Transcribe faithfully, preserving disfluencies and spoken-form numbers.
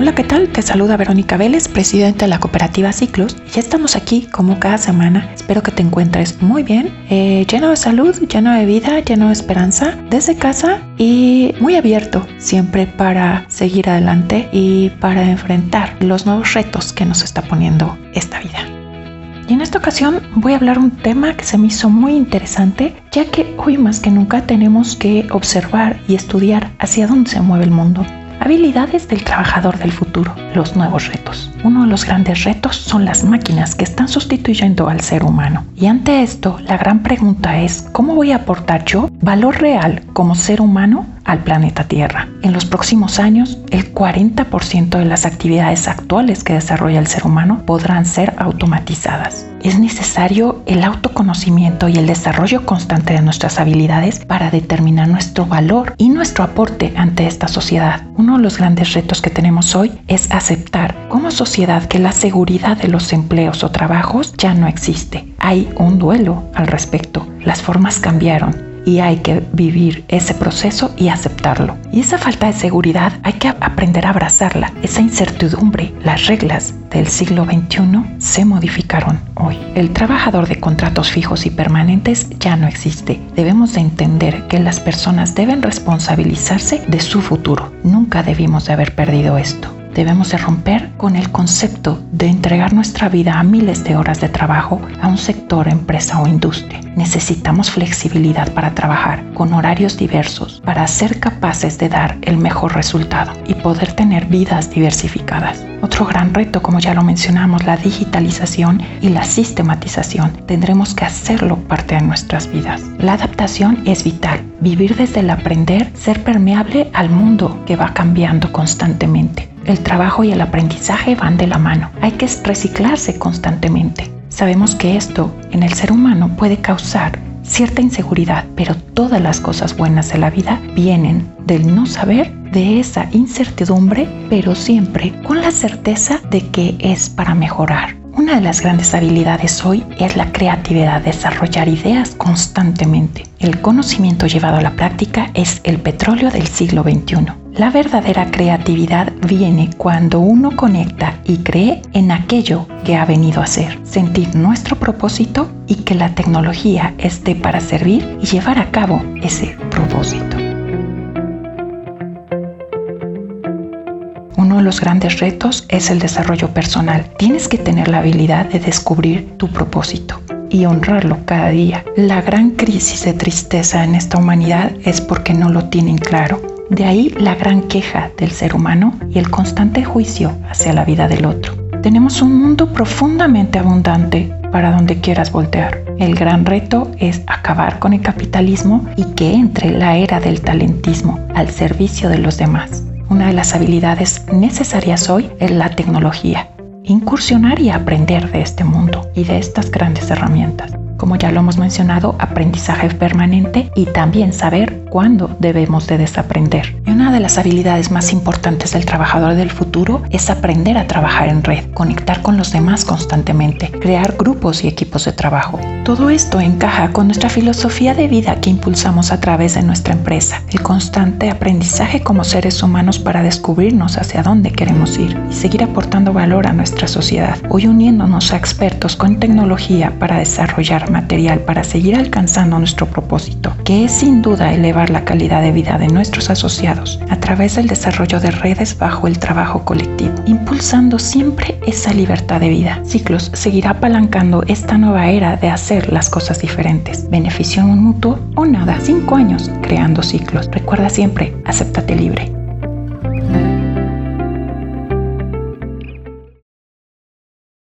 Hola, ¿qué tal? Te saluda Verónica Vélez, presidenta de la cooperativa Ciclos. Ya estamos aquí como cada semana. Espero que te encuentres muy bien, eh, lleno de salud, lleno de vida, lleno de esperanza, desde casa y muy abierto siempre para seguir adelante y para enfrentar los nuevos retos que nos está poniendo esta vida. Y en esta ocasión voy a hablar un tema que se me hizo muy interesante, ya que hoy más que nunca tenemos que observar y estudiar hacia dónde se mueve el mundo. Habilidades del trabajador del futuro, los nuevos retos. Uno de los grandes retos son las máquinas que están sustituyendo al ser humano. Y ante esto, la gran pregunta es, ¿cómo voy a aportar yo valor real como ser humano al planeta Tierra? En los próximos años, el cuarenta por ciento de las actividades actuales que desarrolla el ser humano podrán ser automatizadas. Es necesario el autoconocimiento y el desarrollo constante de nuestras habilidades para determinar nuestro valor y nuestro aporte ante esta sociedad. Uno de los grandes retos que tenemos hoy es aceptar como sociedad que la seguridad de los empleos o trabajos ya no existe. Hay un duelo al respecto. Las formas cambiaron y hay que vivir ese proceso y aceptarlo. Y esa falta de seguridad hay que aprender a abrazarla. Esa incertidumbre, las reglas del siglo veintiuno se modificaron hoy. El trabajador de contratos fijos y permanentes ya no existe. Debemos de entender que las personas deben responsabilizarse de su futuro. Nunca debimos de haber perdido esto. Debemos de romper con el concepto de entregar nuestra vida a miles de horas de trabajo a un sector, empresa o industria. Necesitamos flexibilidad para trabajar con horarios diversos para ser capaces de dar el mejor resultado y poder tener vidas diversificadas. Otro gran reto, como ya lo mencionamos, la digitalización y la sistematización. Tendremos que hacerlo parte de nuestras vidas. La adaptación es vital. Vivir desde el aprender, ser permeable al mundo que va cambiando constantemente. El trabajo y el aprendizaje van de la mano. Hay que reciclarse constantemente. Sabemos que esto en el ser humano puede causar cierta inseguridad, pero todas las cosas buenas de la vida vienen del no saber, de esa incertidumbre, pero siempre con la certeza de que es para mejorar. Una de las grandes habilidades hoy es la creatividad, desarrollar ideas constantemente. El conocimiento llevado a la práctica es el petróleo del siglo veintiuno. La verdadera creatividad viene cuando uno conecta y cree en aquello que ha venido a ser, sentir nuestro propósito y que la tecnología esté para servir y llevar a cabo ese propósito. Uno de los grandes retos es el desarrollo personal. Tienes que tener la habilidad de descubrir tu propósito y honrarlo cada día. La gran crisis de tristeza en esta humanidad es porque no lo tienen claro. De ahí la gran queja del ser humano y el constante juicio hacia la vida del otro. Tenemos un mundo profundamente abundante para donde quieras voltear. El gran reto es acabar con el capitalismo y que entre la era del talentismo al servicio de los demás. Una de las habilidades necesarias hoy es la tecnología. Incursionar y aprender de este mundo y de estas grandes herramientas. Como ya lo hemos mencionado, aprendizaje permanente y también saber cuándo debemos de desaprender. Y una de las habilidades más importantes del trabajador del futuro es aprender a trabajar en red, conectar con los demás constantemente, crear grupos y equipos de trabajo. Todo esto encaja con nuestra filosofía de vida que impulsamos a través de nuestra empresa, el constante aprendizaje como seres humanos para descubrirnos hacia dónde queremos ir y seguir aportando valor a nuestra sociedad. Hoy uniéndonos a expertos con tecnología para desarrollar material para seguir alcanzando nuestro propósito, que es sin duda elevar la calidad de vida de nuestros asociados a través del desarrollo de redes bajo el trabajo colectivo, impulsando siempre esa libertad de vida. Ciclos seguirá apalancando esta nueva era de hacer las cosas diferentes, beneficio mutuo o nada. Cinco años creando Ciclos. Recuerda siempre, acéptate libre.